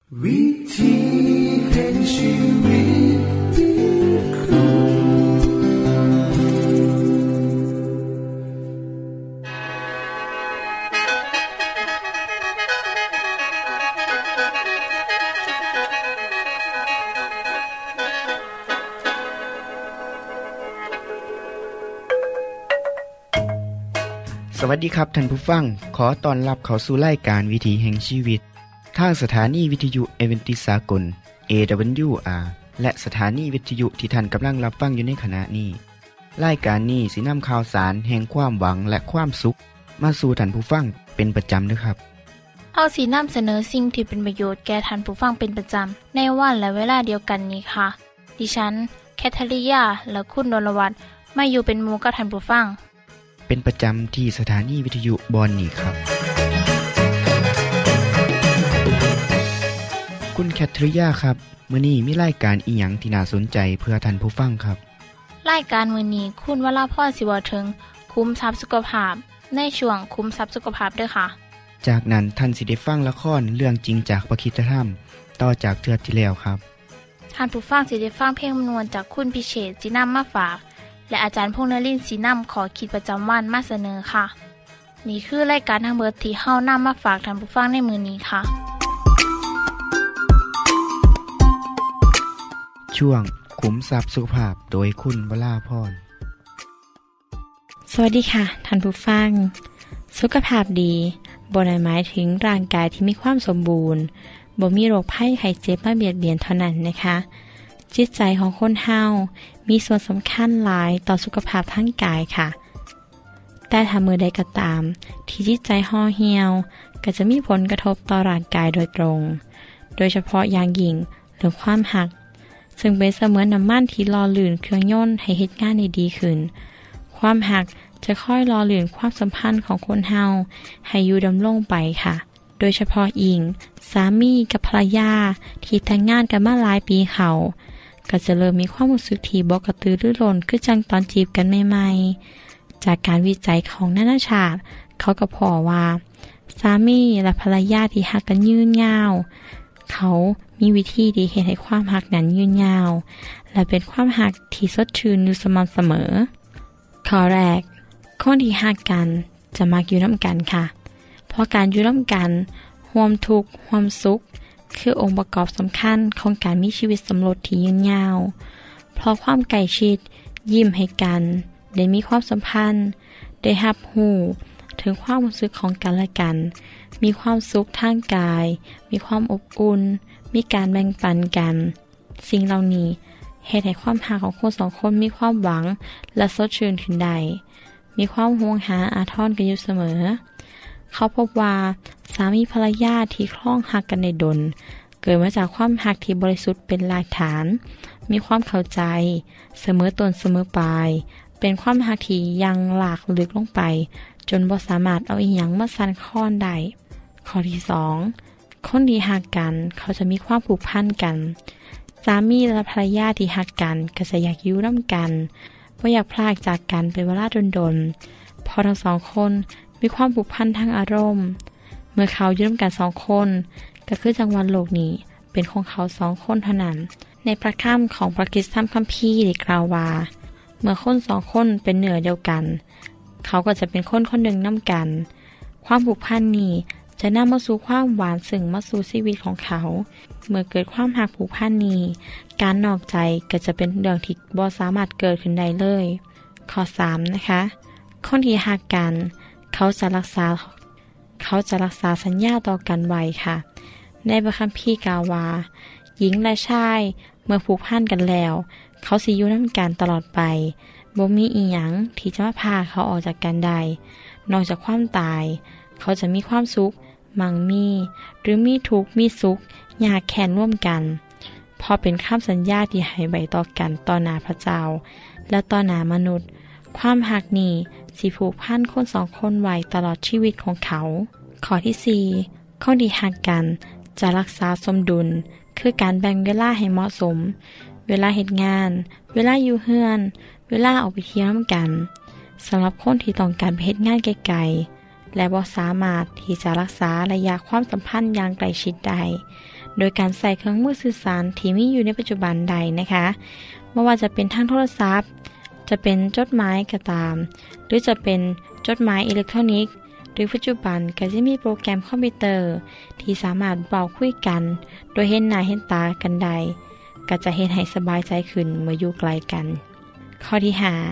วิธีแห่งชีวิตที่คุณสวัสดีครับท่านผู้ฟังขอต้อนรับเข้าสู่รายการวิถีแห่งชีวิตทางสถานีวิทยุเอเวนติสากล AWR และสถานีวิทยุที่ท่านกำลังรับฟังอยู่ในขณะนี้รายการนี้สินำข่าวสารแห่งความหวังและความสุขมาสู่ท่านผู้ฟังเป็นประจำนะครับเฮาสินำเสนอสิ่งที่เป็นประโยชน์แก่ท่านผู้ฟังเป็นประจำในวันและเวลาเดียวกันนี้ค่ะดิฉันแคทริยาและคุณดลวัฒน์มาอยู่เป็นหมู่กับท่านผู้ฟังเป็นประจำที่สถานีวิทยุบอนนี่ครับคุณแคทริยาครับมื้อนี้มีรายการอีหยังที่น่าสนใจเพื่อท่านผู้ฟังครับรายการมื้อนี้คุณวราพรสิเว้าถึงคุ้มทรัพย์สุขภาพในช่วงคุ้มทรัพย์สุขภาพเด้อค่ะจากนั้นท่านสิได้ฟังละครเรื่องจริงจากพระคริสตธรรมต่อจากเทื่อที่แล้วครับท่านผู้ฟังสิได้ฟังเพลงนวลจากคุณพิเชษฐ์สินำมาฝากและอาจารย์พงษ์นฤมลศรีนำขอคิดประจำวันมาเสนอค่ะนี่คือรายการทั้งเบิดที่เฮานำมาฝากท่านผู้ฟังในมื้อนี้ค่ะช่วงขุมทรัพย์สุขภาพโดยคุณวราพรสวัสดีค่ะท่านผู้ฟังสุขภาพดีบ่ได้หมายถึงร่างกายที่มีความสมบูรณ์บ่มีโรคภัยไข้เจ็บมาเบียดเบียนเท่านั้นนะคะจิตใจของคนเฮามีส่วนสำคัญหลายต่อสุขภาพทั้งกายค่ะแต่ถ้ามือใดก็ตามที่จิตใจห่อเหี่ยวก็จะมีผลกระทบต่อร่างกายโดยตรงโดยเฉพาะอย่างยิ่งเรื่องความหักซึ่งเป็นเสมือนน้ำมันที่หล่อลื่นเครื่องยนต์ให้เฮ็ดงานได้ดีขึ้นความหักจะค่อยหล่อลื่นความสัมพันธ์ของคนเฮาให้อยู่ดำรงไปค่ะโดยเฉพาะยิ่งสามีกับภรรยาที่แต่งงานกันมาหลายปีเขาก็จะเริ่มมีความรู้สึกที่บ่กระตือรือร้นคือจังตอนจีบกันใหม่ๆจากการวิจัยของนานาชาติเขาก็พบว่าสามีและภรรยาที่รักกันยืนยาวเขามีวิธีที่เฮ็ดให้ความรักนั้นยืนยาวและเป็นความรักที่สดชื่นอยู่สม่ำเสมอข้อแรกคนที่รักกันจะมักอยู่ร่วมกันค่ะเพราะการอยู่ร่วมกันร่วมทุกข์ร่วมสุขคือองค์ประกอบสำคัญของการมีชีวิตสมรสที่ยืนยาวเพราะความใกล้ชิดยิ้มให้กันได้มีความสัมพันธ์ได้รับรู้ถึงความรู้สึกของกันและกันมีความสุขทางกายมีความอบอุ่นมีการแบ่งปันกันสิ่งเหล่านี้เฮ็ดให้ความรักของคนสองคนมีความหวังและสดชื่นขึ้นได้มีความห่วงหาอาทรกันอยู่เสมอเขาพบว่าสามีภรรยาที่คล้องหักกันในดลเกิดมาจากความหักที่บริสุทธิ์เป็นรากฐานมีความเข้าใจเสมอต้นเสมอปลายเป็นความหักที่ยังหลากลึกลงไปจนบ่สามารถเอาอีหยังมาสั่นคลอนได้ข้อที่2คนที่หักกันเขาจะมีความผูกพันกันสามีและภรรยาที่หักกันก็จะอยากอยู่ร่วมกันบ่อยากพลากจากกันเป็นเวลาดนๆพอทั้งสองคนมีความผูกพันทางอารมณ์เมื่อเขาอยู่ร่วมกัน2คนก็คือจังหวะโลกนี้เป็นของเขา2คนเท่านั้นในพระคัมภีร์ของพระคริสตคัมภีร์ได้กล่าวว่าเมื่อคน2คนเป็นเนื้อเดียวกันเขาก็จะเป็นคนคนหนึ่งนำกันความผูกพันนี้จะนำมาสู่ความหวานซึ้งมาสู่ชีวิตของเขาเมื่อเกิดความหักผูกพันนี้การนอกใจก็จะเป็นเรื่องที่บ่สามารถเกิดขึ้นได้เลยข้อ3นะคะคนที่หักกันเขาจะรักษาสัญญาต่อกันไว้ค่ะในพระคัมภีร์กล่าวว่าหญิงและชายเมื่อผูกพันกันแล้วเขาสิอยู่นำกันตลอดไปบ่มีอีหยังที่จะมาพาเขาออกจากกันได้นอกจากความตายเขาจะมีความสุขมั่งมีหรือมีทุกข์มีสุขยากแค้นร่วมกันเพราะเป็นคำสัญญาที่ให้ไว้ต่อกันต่อหน้าพระเจ้าและต่อหน้ามนุษย์ความหักนี้สิผูกพันคน2คนไว้ตลอดชีวิตของเขาข้อที่4คนที่หักกันจะรักษาสมดุลคือการแบ่งเวลาให้เหมาะสมเวลาเฮ็ดงานเวลาอยู่เฮือนเวลาออกไปเที่ยวร่วมกันสำหรับคนที่ต้องการไปเฮ็ดงานไกลๆและบ่สามารถที่จะรักษาระยะความสัมพันธ์อย่างใกล้ชิดได้โดยการใส่เครื่องมือสื่อสารที่มีอยู่ในปัจจุบันใดนะคะไม่ว่าจะเป็นทางโทรศัพท์จะเป็นจดหมายก็ตามหรือจะเป็นจดหมายอิเล็กทรอนิกส์หรือปัจจุบันก็จะมีโปรแกรมคอมพิวเตอร์ที่สามารถเว้าคุยกันโดยเห็นหน้าเห็นตากันได้ก็จะเฮ็ดให้สบายใจขึ้นเมื่ออยู่ไกลกันข้อที่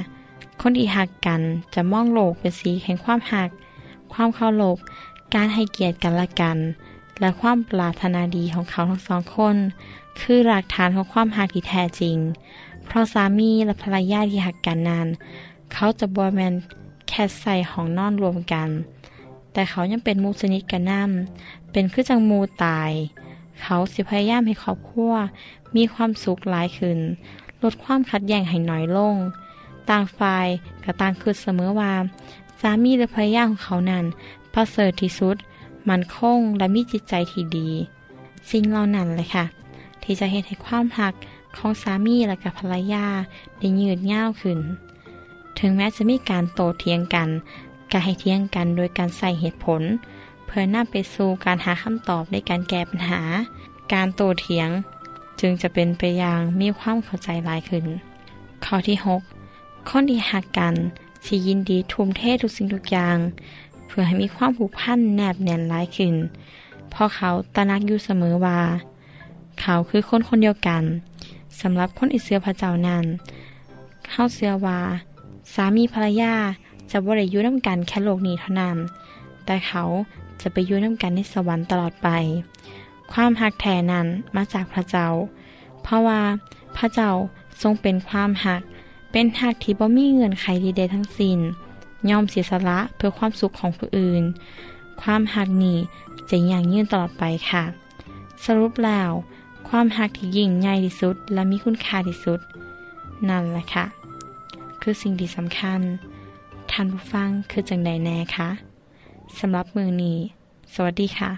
5คนที่ฮักกันจะมองโลกเป็นสีแห่งความฮักความเคารพการให้เกียรติกันและกันและความปรารถนาดีของเขาทั้งสองคนคือหลักฐานของความฮักที่แท้จริงเพราะสามีและภรรยาที่ฮักกันนั้นเขาจะบ่แม่นแค่ใส่ห้องนอนรวมกันแต่เขายังเป็นหมู่สนิทกันนำเป็นคือจังหมู่ตายเขาสิพยายามให้ครอบครัวมีความสุขหลายขึ้นลดความขัดแย้งให้น้อยลงต่างฝ่ายก็ต่างคิดเสมอว่าสามีและภรรยาของเขานั้นประเสริฐที่สุดมั่นคงและมีจิตใจที่ดีสิ่งเหล่านั้นแหละค่ะที่จะเฮ็ดให้ความรักของสามีและกับภรรยาได้ยืดยาวขึ้นถึงแม้จะมีการโต้เถียงกันก็ให้เถียงกันโดยการใส่เหตุผลเพื่อนำไปสู่การหาคำตอบในการแก้ปัญหาการโต้เถียงจึงจะเป็นไปอย่างมีความเข้าใจหลายขึ้นข้อที่6คนที่ฮักกันสิยินดีทุ่มเททุกสิ่งทุกอย่างเพื่อให้มีความผูกพันแนบแน่นหลายขึ้นเพราะเขาตระหนักอยู่เสมอว่าเขาคือคนคนเดียวกันสำหรับคนที่เชื่อพระเจ้านั้นเขาเชื่อว่าสามีภรรยาจะบ่ได้อยู่นำกันแค่โลกนี้เท่านั้นแต่เขาจะไปอยู่นำกันในสวรรค์ตลอดไปความฮักแท้นั้นมาจากพระเจ้าเพราะว่าพระเจ้าทรงเป็นความฮักเป็นฮักที่บ่มีเงื่อนไขใดๆทั้งสิ้นยอมเสียสละเพื่อความสุขของผู้อื่นความฮักนี้จะยั่งยืนตลอดไปค่ะสรุปแล้วความฮักที่ยิ่งใหญ่ที่สุดและมีคุณค่าที่สุดนั่นแหละค่ะคือสิ่งที่สำคัญท่านผู้ฟังคือจังใดแน่คะสำหรับมื้อนี้สวัสดีค่ะ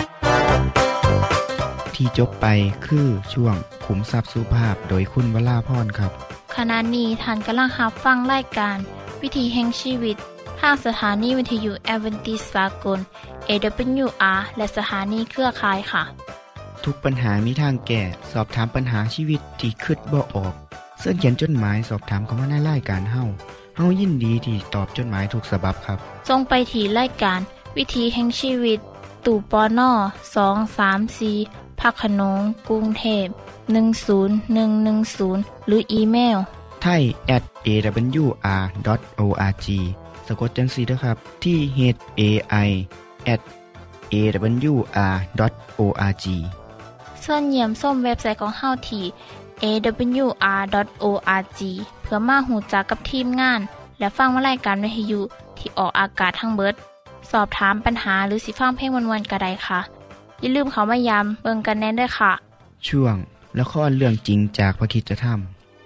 ที่จบไปคือช่วงขุมทรัพย์สุภาพโดยคุณวราพรครับขณะนี้ท่านกำลังรับฟังรายการวิถีแห่งชีวิตทางสถานีวิทยุแอเวนติสากล AWR และสถานีเครือข่ายค่ะทุกปัญหามีทางแก้สอบถามปัญหาชีวิตที่คิดบ่ออกเสิร์ชเขียนจดหมายสอบถามเข้ามาในรายการเฮายินดีที่ตอบจดหมายทุกฉบับครับส่งไปที่รายการวิถีแห่งชีวิตตู้ปน234พักขนงกรุงเทพ10110หรืออีเมล thai@awr.org สะกดจังซี่เด้อครับที่ hai@awr.org ส่วนเยี่ยมส้มเว็บไซต์ของเฮาที่ awr.org เพื่อมาหูจักกับทีมงานและฟังวารายการวิทยุที่ออกอากาศทั้งเบิดสอบถามปัญหาหรือสิฟังเพลงม่วนๆก็ได้ค่ะอย่าลืมเข้ามาย้ำเบิ่งกันแน่ด้วยค่ะช่วงละครเรื่องจริงจากพระคริสตธรรม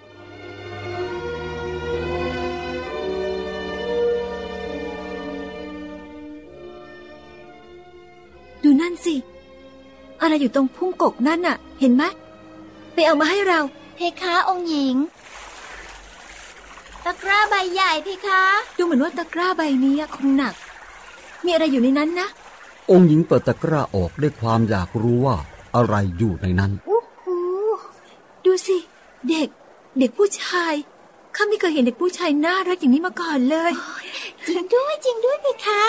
ดูนั่นสิอะไรอยู่ตรงพุ่งกกนั่นน่ะเห็นไหมไปเอามาให้เราเพคะองค์หญิงตะกร้าใบใหญ่เพคะดูเหมือนว่าตะกร้าใบนี้คงหนักมีอะไรอยู่ในนั้นนะองค์หญิงเปิดตะกร้าออกด้วยความอยากรู้ว่าอะไรอยู่ในนั้นโอ้โหดูสิเด็กผู้ชายข้าไม่เคยเห็นเด็กผู้ชายน่ารักอย่างนี้มาก่อนเลยจริงด้วยเพคะ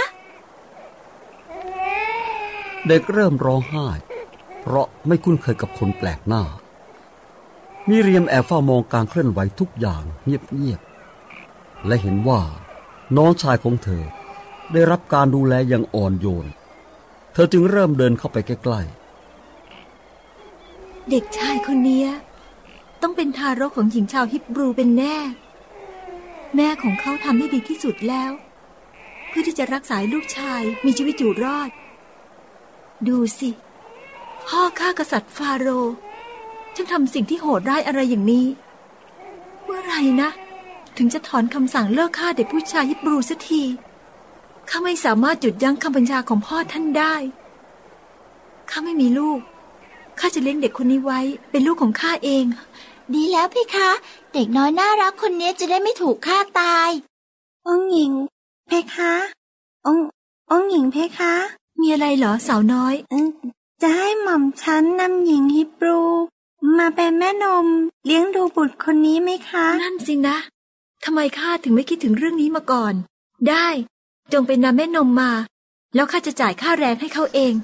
เด็กเริ่มร้องไห้เพราะไม่คุ้นเคยกับคนแปลกหน้ามิเรียมแอบเฝ้ามองการเคลื่อนไหวทุกอย่างเงียบๆและเห็นว่าน้องชายของเธอได้รับการดูแลอย่างอ่อนโยนเธอจึงเริ่มเดินเข้าไปใกล้ๆเด็กชายคนนี้ต้องเป็นทารกของหญิงชาวฮิบรูเป็นแน่แม่ของเขาทำให้ดีที่สุดแล้วเพื่อที่จะรักษาลูกชายมีชีวิตอยู่รอดดูสิพ่อฆ่ากษัตริย์ฟาโรห์ฉันทำสิ่งที่โหดร้ายอะไรอย่างนี้เมื่อไหร่นะถึงจะถอนคำสั่งเลิกฆ่าเด็กผู้ชายฮิบรูสักทีข้าไม่สามารถหยุดยั้งคำบัญชาของพ่อท่านได้ข้าไม่มีลูกข้าจะเลี้ยงเด็กคนนี้ไว้เป็นลูกของข้าเองดีแล้วเพคะเด็กน้อยน่ารักคนนี้จะได้ไม่ถูกฆ่าตายองค์หญิงเพคะองค์หญิงเพคะมีอะไรเหรอสาวน้อยจะให้หม่อมฉันนำหญิงฮิบรูมาเป็นแม่นมเลี้ยงดูบุตรคนนี้ไหมคะนั่นสินะทำไมข้าถึงไม่คิดถึงเรื่องนี้มาก่อนได้จงไปนำแม่นมมาแล้วข้าจะจ่ายค่าแรงให้เขาเอง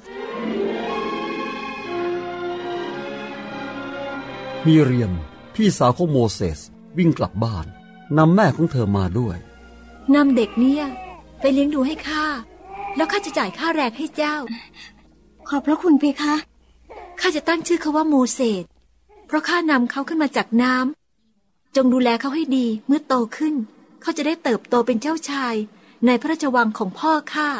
มีเรียมพี่สาวของโมเสสวิ่งกลับบ้านนำแม่ของเธอมาด้วยนำเด็กเนี่ยไปเลี้ยงดูให้ข้าแล้วข้าจะจ่ายค่าแรงให้เจ้าขอบพระคุณเพคะข้าจะตั้งชื่อเขาว่าโมเสสเพราะข้านำเขาขึ้นมาจากน้ำจงดูแลเขาให้ดีเมื่อโตขึ้นเขาจะได้เติบโตเป็นเจ้าชายในพระราชวังของพ่อข้า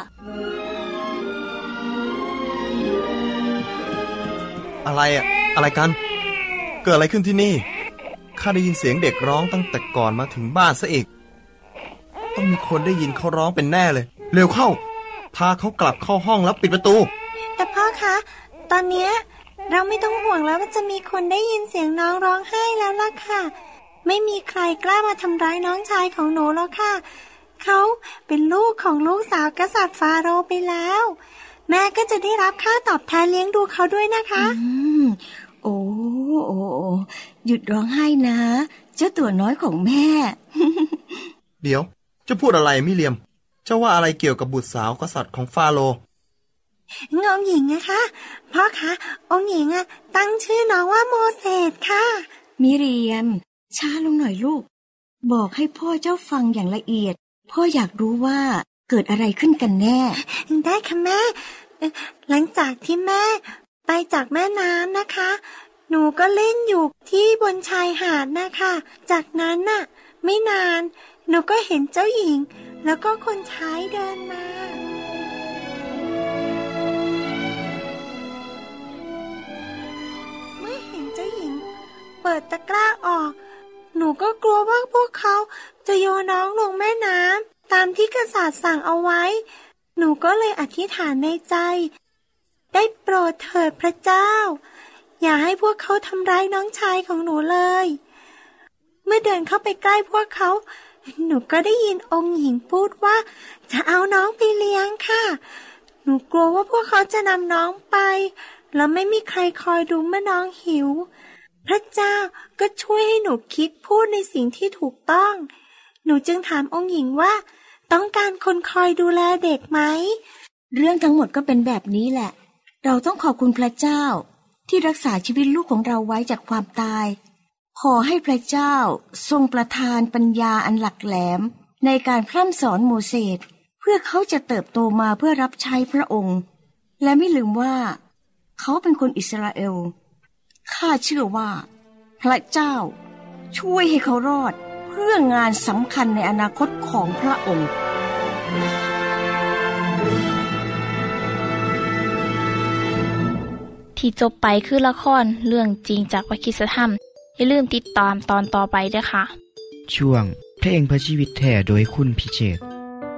อะไรกันเกิดอะไรขึ้นที่นี่ข้าได้ยินเสียงเด็กร้องตั้งแต่ก่อนมาถึงบ้านซะอีกต้องมีคนได้ยินเขาร้องเป็นแน่เลยเร็วเข้าพาเขากลับเข้าห้องแล้วปิดประตูแต่พ่อคะตอนนี้เราไม่ต้องห่วงแล้วว่าจะมีคนได้ยินเสียงน้องร้องไห้แล้วล่ะค่ะไม่มีใครกล้ามาทำร้ายน้องชายของหนูแล้วค่ะเขาเป็นลูกของลูกสาวกษัตริย์ฟาโรห์ไปแล้วแม่ก็จะได้รับค่าตอบแทนเลี้ยงดูเขาด้วยนะคะโอ้หยุดร้องไห้นะเจ้าตัวน้อยของแม่เดี๋ยวจะพูดอะไรมิเรียมเจ้าว่าอะไรเกี่ยวกับบุตรสาวกษัตริย์ของฟาโรห์องค์หญิงนะคะพ่อคะองค์หญิงตั้งชื่อน้องว่าโมเสสค่ะมิเรียมช้าลงหน่อยลูกบอกให้พ่อเจ้าฟังอย่างละเอียดพ่ออยากรู้ว่าเกิดอะไรขึ้นกันแน่ได้ค่ะแม่หลังจากที่แม่ไปจากแม่น้ำนะคะหนูก็เล่นอยู่ที่บนชายหาดนะคะจากนั้นน่ะไม่นานหนูก็เห็นเจ้าหญิงแล้วก็คนใช้เดินมาเมื่อเห็นเจ้าหญิงเปิดตะกร้าออกหนูก็กลัวว่าพวกเขาจะโยนน้องลงแม่น้ำตามที่กษัตริย์สั่งเอาไว้หนูก็เลยอธิษฐานในใจได้โปรดเถิดพระเจ้าอย่าให้พวกเขาทำร้ายน้องชายของหนูเลยเมื่อเดินเข้าไปใกล้พวกเขาหนูก็ได้ยินองค์หญิงพูดว่าจะเอาน้องไปเลี้ยงค่ะหนูกลัวว่าพวกเขาจะนำน้องไปแล้วไม่มีใครคอยดูเมื่อน้องหิวพระเจ้าก็ช่วยให้หนูคิดพูดในสิ่งที่ถูกต้องหนูจึงถามองค์หญิงว่าต้องการคนคอยดูแลเด็กไหมเรื่องทั้งหมดก็เป็นแบบนี้แหละเราต้องขอบคุณพระเจ้าที่รักษาชีวิตลูกของเราไว้จากความตายขอให้พระเจ้าทรงประทานปัญญาอันหลักแหลมในการพร่ำสอนโมเสสเพื่อเขาจะเติบโตมาเพื่อรับใช้พระองค์และไม่ลืมว่าเขาเป็นคนอิสราเอลข้าเชื่อว่าพระเจ้าช่วยให้เขารอดเพื่องานสำคัญในอนาคตของพระองค์ที่จบไปคือละครเรื่องจริงจากวคิสธรรมอย่าลืมติดตามตอนต่อไปด้วยค่ะช่วงเพลงเพื่อชีวิตแท้โดยคุณพิเชษฐ์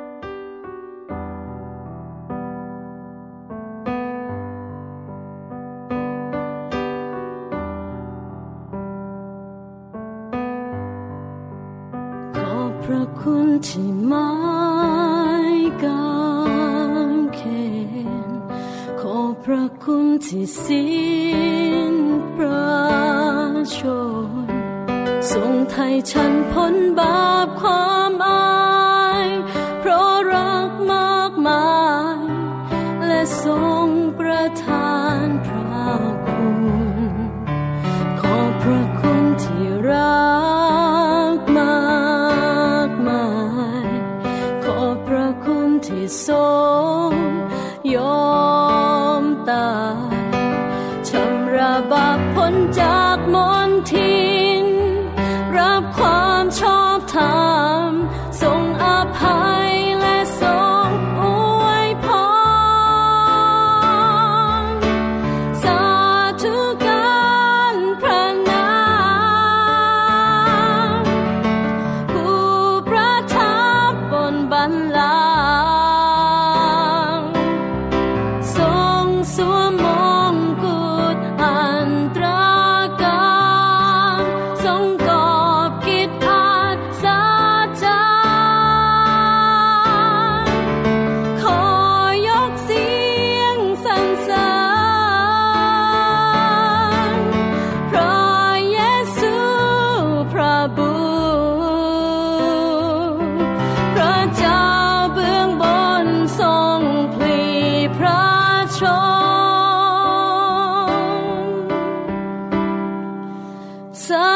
ขอบพระคุณที่ไม้กางเขนขอบพระคุณที่สิ้นประชนทรงไถ่ฉันพ้นบาปความอายเพราะรักมากมายและทรงประทานพระคุณขอบพระคุณที่รักมากมายขอบพระคุณที่ทรงยอมตายชำระบาปพ้นจากมนทินรับความชอบธรรมทรงอภัยและทรงอวยพรสาธุการพระนามผู้ประทับบนบัลลังก์ทรงสวมมงกุฎอันตรการ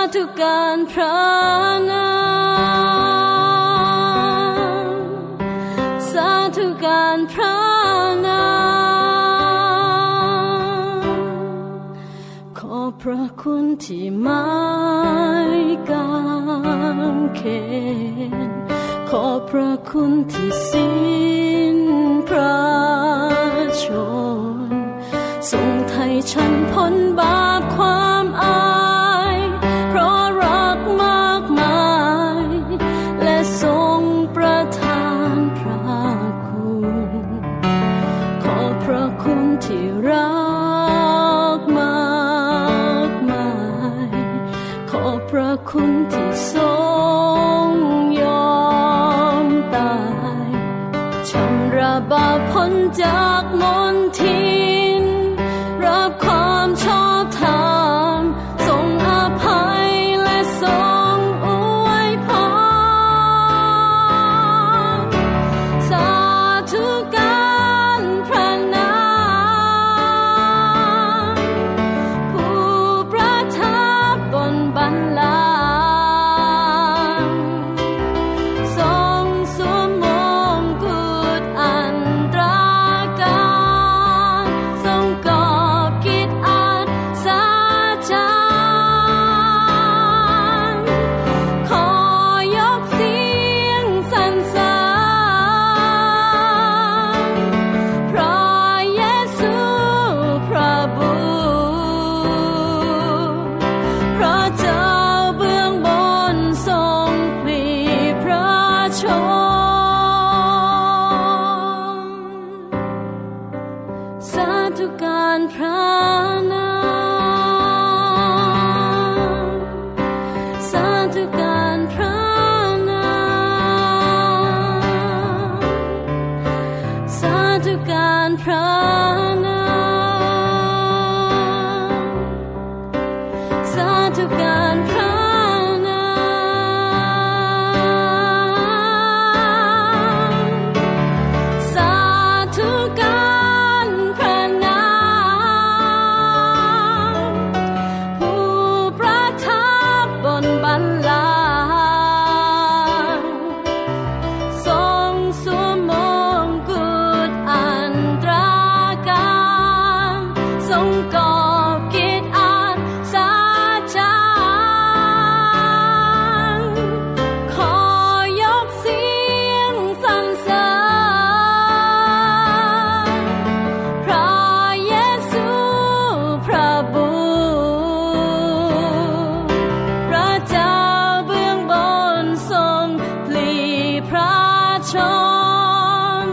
ธุการพระนามสาธุการพระนามขอบพระคุณที่ไม้กางเขนขอบพระคุณที่สิ้นพระชนทรงไถ่ฉันพ้นบาปความอายเพราะรักมากมายและทรงประทานพระคุณขอบพระคุณที่รักมากมายขอบพระคุณที่ทรงยอมตายชำระบาปพ้นจากมนทินรับความชอบธรรมทรงอภัยและทรงอวยพรสาธุการพระนามผู้ประทับบนบัลลังก์ทรงสวมมงกุฎอันตราการทรงกอบกิจอันสาจารขอยกเสียงสรรเสริญพระเยซูพระบุตรพระเจ้าเบื้องบนทรงพลีพระชนสาธุการพระนามสาธุการพระนามสาธุการพระนามสาธุการพระนามสาธุการพระนามผู้ประทับบนบัลลังก์ทรงสวมมงกุฎอันตราการทรงกอบกิจอันสาจารขอยกเสียงสรรเสริญพระเยซูพระบุตรพระเจ้าเบื้องบนทรงพลีพระชน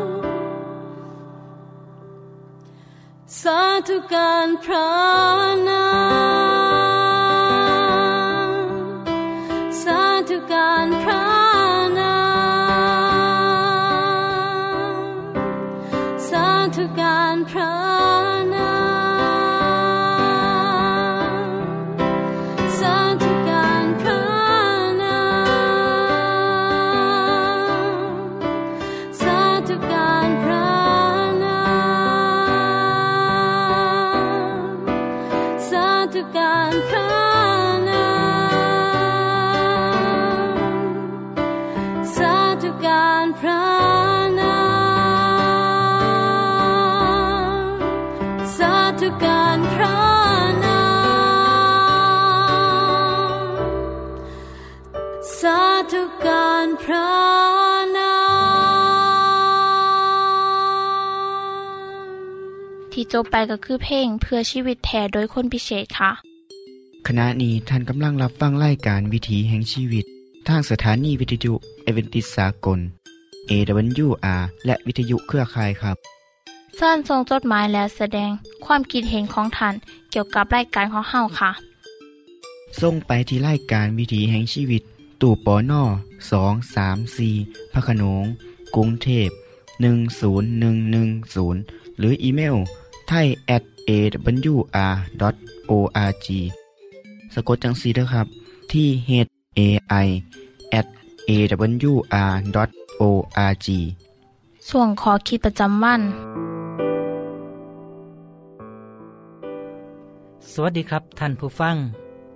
สาธุการพระนามสาธุการพระนามสาธุการพระนามสาธุการพระนามสาธุการพระนามสาธุการพระนามสาธุการพระนามสาธุการพระนามสาธุการพระนามที่จบไปก็คือเพลงเพื่อชีวิตแท้โดยคนพิเศษค่ะขณะนี้ท่านกำลังรับฟังรายการวิถีแห่งชีวิตทางสถานีวิทยุเอเวนติสากล AWR และวิทยุเครือข่ายครับเชิญส่งจดหมายและแสดงความคิดเห็นของท่านเกี่ยวกับรายการของเฮาค่ะส่งไปที่รายการวิถีแห่งชีวิตตู้ปน234พระโขนงกรุงเทพ10110หรืออีเมล thai@awr.org สะกดจังสีด้วยครับที่ hai@awr.org ส่วนขอคิดประจำวันสวัสดีครับท่านผู้ฟัง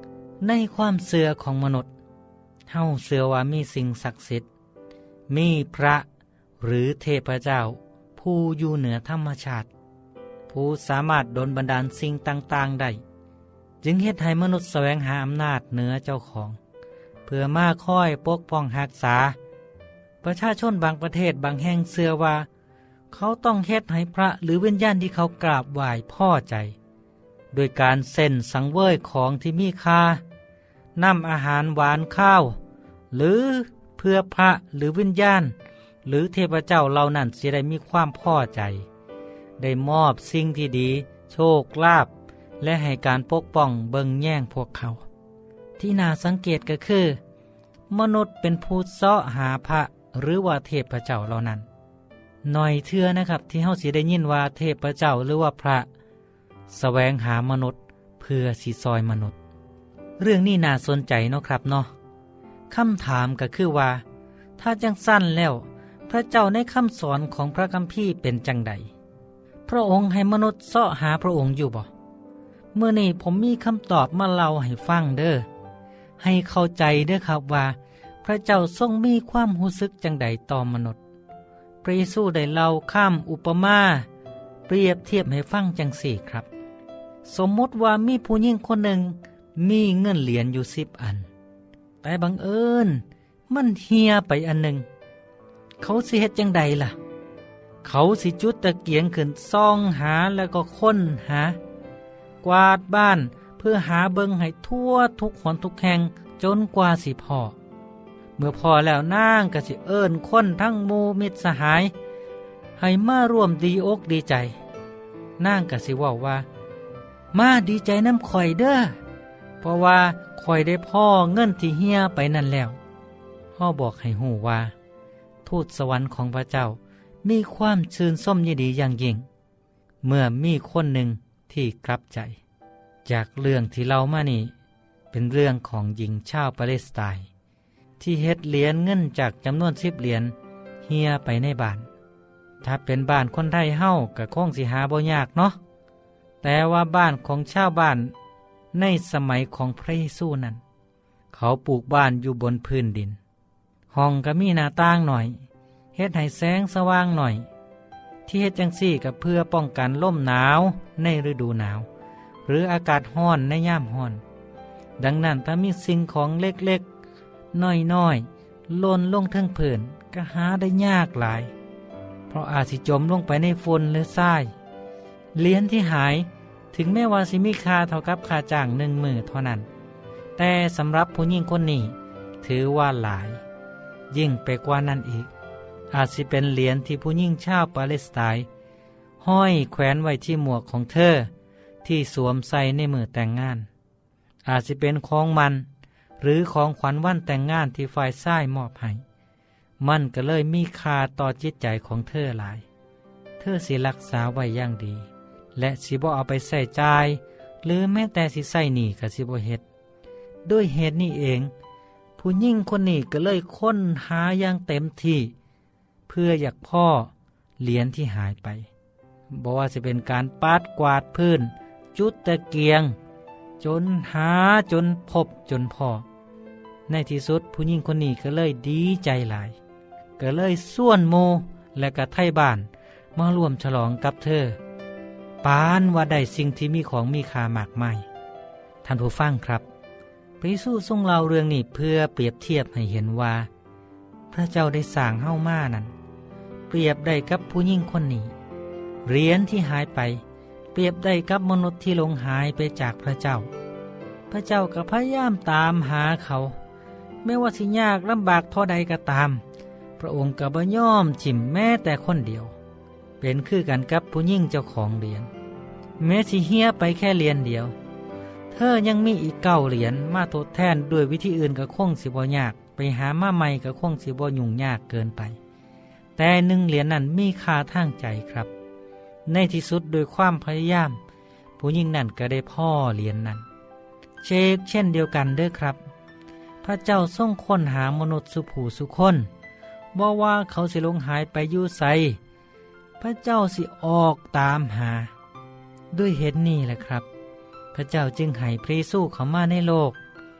ในความเชื่อของมนุษย์เฮาเชื่อว่ามีสิ่งศักดิ์สิทธิ์มีพระหรือเทพเจ้าผู้อยู่เหนือธรรมชาติผู้สามารถดลบันดาลสิ่งต่างๆได้จึงเฮ็ดให้มนุษย์แสวงหาอำนาจเหนือเจ้าของเพื่อมาคอยปกป้องรักษาประชาชนบางประเทศบางแห่งเชื่อว่าเขาต้องเฮ็ดให้พระหรือวิญญาณที่เขากราบไหว้พอใจโดยการเส้นสังเวยของที่มีค่านำอาหารหวานข้าวหรือเพื่อพระหรือวิญญาณหรือเทพเจ้าเหล่านั้นสิได้มีความพอใจได้มอบสิ่งที่ดีโชคลาภและให้การปกป้องเบิ่งแย่งพวกเขาที่น่าสังเกตก็คือมนุษย์เป็นผู้เสาะหาพระหรือว่าเทพเจ้าเหล่านั้นหน่อยเทื่อนะครับที่เฮาสิได้ยินว่าเทพเจ้าหรือว่าพระแสวงหามนุษย์เพื่อสิซอยมนุษย์เรื่องนี้น่าสนใจเนาะครับเนาะคำถามก็คือว่าถ้าจังสั้นแล้วพระเจ้าในคำสอนของพระคัมภีร์เป็นจังใดพระองค์ให้มนุษย์เสาะหาพระองค์อยู่บ่เมื่อนี้ผมมีคำตอบมาเล่าให้ฟังเด้อให้เข้าใจเด้อครับว่าพระเจ้าทรงมีความรู้สึกจังใดต่อมนุษย์พระเยซูได้เล่าข้ามอุปมาเปรียบเทียบให้ฟังจังสี่ครับสมมติว่ามีผู้หญิงคนหนึ่งมีเงินเหรียญอยู่10 อันแต่บังเอิญมันเหี่ยไปอันหนึ่งเขาสิเฮ็ดจังใดล่ะเขาสิจุดตะเกียงขึ้นส่องหาแล้วก็ค้นหากวาดบ้านเพื่อหาเบิ่งให้ทั่วทุกหนทุกแห่งจนกว่าสิพอเมื่อพอแล้วนางก็สิเอิ้นคนทั้งหมู่มิตรสหายให้มาร่วมดีอกดีใจนางก็สิเว้าว่ามาดีใจน้ำข่อยเด้อเพราะว่าข่อยได้พ่อเงินที่เหี่ยไปนั่นแล้วพ่อบอกให้หูว่าทูตสวรรค์ของพระเจ้ามีความชื่นชมยินดีอย่างยิ่งเมื่อมีคนหนึ่งที่กลับใจจากเรื่องที่เล่ามานี่เป็นเรื่องของหญิงชาวปาเลสไตน์ที่เฮ็ดเหรียญเงินจากจำนวน10 เหรียญเหี่ยไปในบ้านถ้าเป็นบ้านคนไทยเฮาก็คงสิหาบ่ยากเนาะแต่ว่าบ้านของชาวบ้านในสมัยของพระเยซูนั้นเขาปลูกบ้านอยู่บนพื้นดินห้องก็มีหน้าต่างหน่อยเฮ็ดให้แสงสว่างหน่อยที่เฮ็ดจังซี่ก็เพื่อป้องกันลมหนาวในฤดูหนาวหรืออากาศร้อนในยามร้อนดังนั้นถ้ามีสิ่งของเล็กๆน้อยๆหล่นลงเทิงพื้นก็หาได้ยากหลายเพราะอาจสิจมลงไปในฝนหรือทรายเหรียญที่หายถึงแม้ว่าสิมีค่าเท่ากับค่าจ้าง1 มื้อเท่านั้นแต่สำหรับผู้หญิงคนนี้ถือว่าหลายยิ่งไปกว่านั้นอีกอาจสิเป็นเหรียญที่ผู้หญิงชาวปาเลสไตน์ห้อยแขวนไว้ที่หมวกของเธอที่สวมใส่ในมือแต่งงานอาจสิเป็นของมันหรือของขวัญวันแต่งงานที่ฝ่ายชายมอบให้มันก็เลยมีค่าต่อจิตใจของเธอหลายเธอสิรักษาไว้อย่างดีและสิบ่เอาไปใส่จ่ายหรือแม้แต่สิใส่หนี้ก็สิบ่เฮ็ดด้วยเหตุนี้เองผู้หญิงคนนี้ก็เลยค้นหาอย่างเต็มที่เพื่ออยากพ่อเหรียญที่หายไปบ่ว่าจะเป็นการปาดกวาดพื้นจุดตะเกียงจนหาจนพบจนพอในที่สุดผู้หญิงคนนี้ก็เลยดีใจหลายก็เลยส่วนโมและก็ไทบ้านมาร่วมฉลองกับเธอปานว่าได้สิ่งที่มีของมีค่ามากมายท่านผู้ฟังครับพระเยซูทรงเล่าเรื่องนี้เพื่อเปรียบเทียบให้เห็นว่าพระเจ้าได้สร้างเฮ้ามานั้นเปรียบได้กับผู้หญิงคนนี้เหรียญที่หายไปเปรียบได้กับมนุษย์ที่หลงหายไปจากพระเจ้าพระเจ้าก็พยายามตามหาเขาไม่ว่าสิยากลำบากเท่าใดก็ตามพระองค์ก็บ่ยอมทิ่มแม้แต่คนเดียวเป็นคือกันกับผู้หญิงเจ้าของเหรียญแม้สิเหี่ยไปแค่เหรียญเดียวเธอยังมีอีก9 เหรียญมาทดแทนด้วยวิธีอื่นก็คงสิบ่ยากไปหามาใหม่ก็คงสิบ่ยุ่งยากเกินไปแต่1 เหรียญนั้นมีค่าทางใจครับในที่สุดโดยความพยายามผู้หญิงนั้นก็ได้พ่อเหรียญนั้นเช่นเดียวกันเด้อครับพระเจ้าทรงค้นหามนุษย์สุผู้สุคนบ่ว่าเขาสิหลงหายไปอยู่ไสพระเจ้าสิออกตามหาด้วยเหตุนี้แหละครับพระเจ้าจึงให้พระเยซูเข้ามาในโลก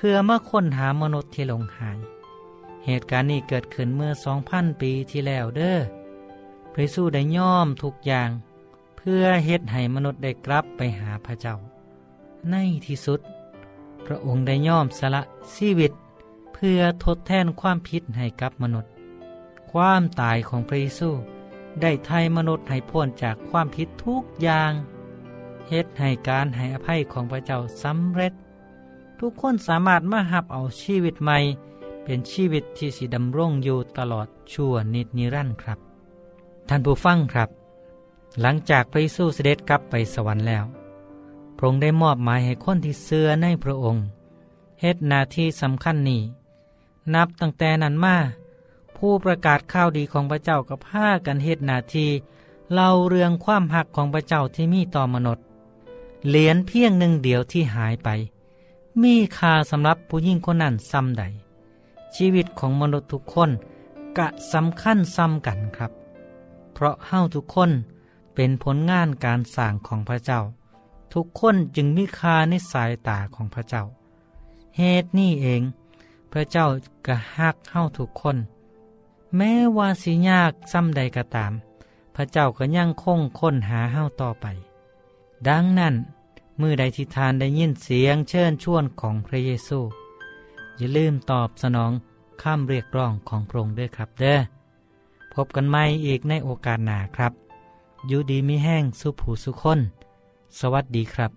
พื่อมาค้นหามนุษย์ที่หลงหายเหตุการณ์นี้เกิดขึ้นเมื่อ 2,000 ปีที่แล้วเด้อพระเยซูได้ยอมทุกอย่างเพื่อเฮ็ดให้มนุษย์ได้กลับไปหาพระเจ้าในที่สุดพระองค์ได้ยอมสละชีวิตเพื่อทดแทนความผิดให้กับมนุษย์ความตายของพระเยซูได้ไถ่มนุษย์ให้พ้นจากความผิดทุกอย่างเฮ็ดให้การให้อภัยของพระเจ้าสำเร็จทุกคนสามารถมารับเอาชีวิตใหม่เป็นชีวิตที่สิดำรงอยู่ตลอดชั่วนิรันดร์ครับท่านผู้ฟังครับหลังจากพระเยซูเสด็จกลับไปสวรรค์แล้วพระองค์ได้มอบหมายให้คนที่เชื่อในพระองค์เฮ็ดหน้าที่สำคัญนี้นับตั้งแต่นั้นมาผู้ประกาศข่าวดีของพระเจ้าก็พากันเฮ็ดหน้าที่เล่าเรื่องความหักของพระเจ้าที่มีต่อมนุษย์เหรียญเพียงหนึ่งเดียวที่หายไปมีค่าสำหรับผู้หญิงคนนั้นซ้ำใดชีวิตของมนุษย์ทุกคนกะสำคัญซ้ำกันครับเพราะเฮาทุกคนเป็นผลงานการสร้างของพระเจ้าทุกคนจึงมีค่าในสายตาของพระเจ้าเหตุนี้เองพระเจ้าก็ฮักเฮาทุกคนแม้ว่าสิยากซ้ำใดก็ตามพระเจ้าก็ยังคงค้นหาเฮาต่อไปดังนั้นมื้อใดที่ทานได้ยินเสียงเชิญชวนของพระเยซูอย่าลืมตอบสนองคำเรียกร้องของพระองค์ด้วยครับเด้อพบกันใหม่อีกในโอกาสหน้าครับอยู่ดีมีแห้งสุผู้สุคนสวัสดีครับ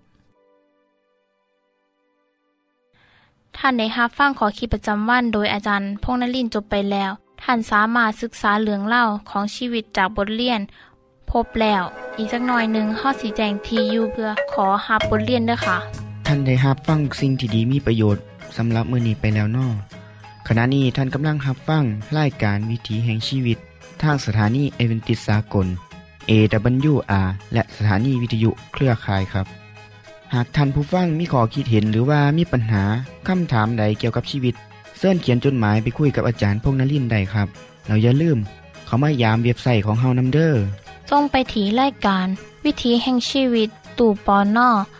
ท่านได้รับฟังขอคิดประจำวันโดยอาจารย์พงษ์นฤมลจบไปแล้วท่านสามารถศึกษาเรื่องเล่าของชีวิตจากบทเรียนพบแล้วอีกสักหน่อยหนึ่งข้อสีแจงทีอยู่เพื่อขอรับบทเรียนด้วยค่ะท่านได้รับฟังสิ่งที่ดีมีประโยชน์สำหรับมื้อนี้ไปแล้วน้อขณะนี้ท่านกำลังรับฟังรายการวิถีแห่งชีวิตทางสถานีเอเวนติสากล AWR และสถานีวิทยุเครือข่ายครับหากท่านผู้ฟังมีข้อคิดเห็นหรือว่ามีปัญหาคำถามใดเกี่ยวกับชีวิตเชิญเขียนจดหมายไปคุยกับอาจารย์พงษ์นฤมลได้ครับแล้วอย่าลืมเข้ามายามเว็บไซต์ของเฮานำเด้อส่งไปที่รายการวิถีแห่งชีวิตตู่ปน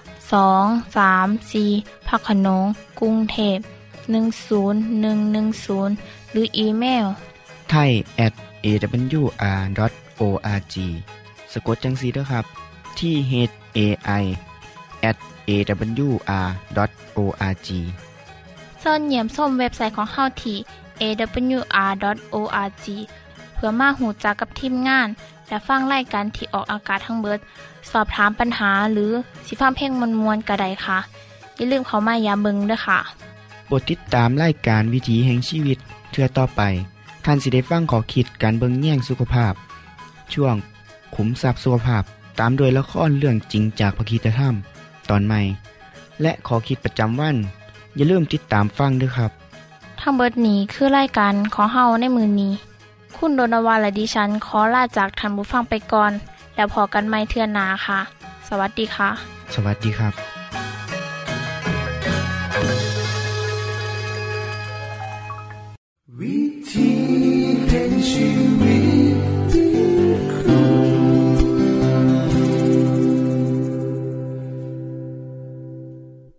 234พักขนงกรุงเทพ10110หรืออีเมล thai@awr.org สะกดจังซี่เด้อครับที่ thai@awr.org เชิญเยี่ยมชมเว็บไซต์ของเฮาที่ awr.org เพื่อมาหูจักกับทีมงานและฟังรายการที่ออกอากาศทั้งเบิดสอบถามปัญหาหรือสิฟังเพลงมวลๆก็ได้ค่ะอย่าลืมเข้ามายามเบิ่งด้วยค่ะโปรดติดตามรายการวิถีแห่งชีวิตเทื่อต่อไปท่านสิได้ฟังข้อคิดการเบิ่งแย่งสุขภาพช่วงขุมทรัพย์สุขภาพตามโดยละครเรื่องจริงจากพระคริสตธรรมตอนใหม่และข้อคิดประจำวันอย่าลืมติดตามฟังด้วยครับทั้งเบิดนี้คือรายการของเฮาในมื้อนี้คุณโดนวาและดิฉันขอลาจากท่านผู้ฟังไปก่อนแล้วพอกันใหม่เทื่อหน้าค่ะสวัสดีค่ะสวัสดีครับ